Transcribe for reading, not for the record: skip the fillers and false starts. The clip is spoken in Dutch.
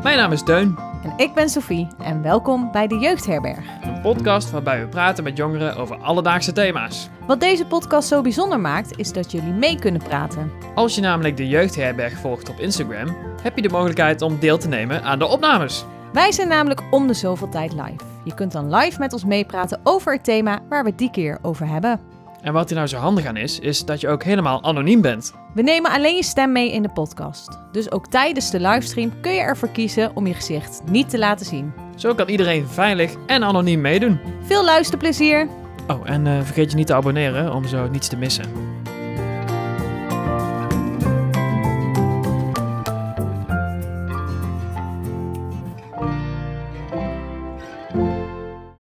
Mijn naam is Teun. En ik ben Sophie en welkom bij de Jeugdherberg. Een podcast waarbij we praten met jongeren over alledaagse thema's. Wat deze podcast zo bijzonder maakt, is dat jullie mee kunnen praten. Als je namelijk de Jeugdherberg volgt op Instagram, heb je de mogelijkheid om deel te nemen aan de opnames. Wij zijn namelijk om de zoveel tijd live. Je kunt dan live met ons meepraten over het thema waar we het die keer over hebben. En wat er nou zo handig aan is dat je ook helemaal anoniem bent. We nemen alleen je stem mee in de podcast. Dus ook tijdens de livestream kun je ervoor kiezen om je gezicht niet te laten zien. Zo kan iedereen veilig en anoniem meedoen. Veel luisterplezier! Oh, en vergeet je niet te abonneren om zo niets te missen.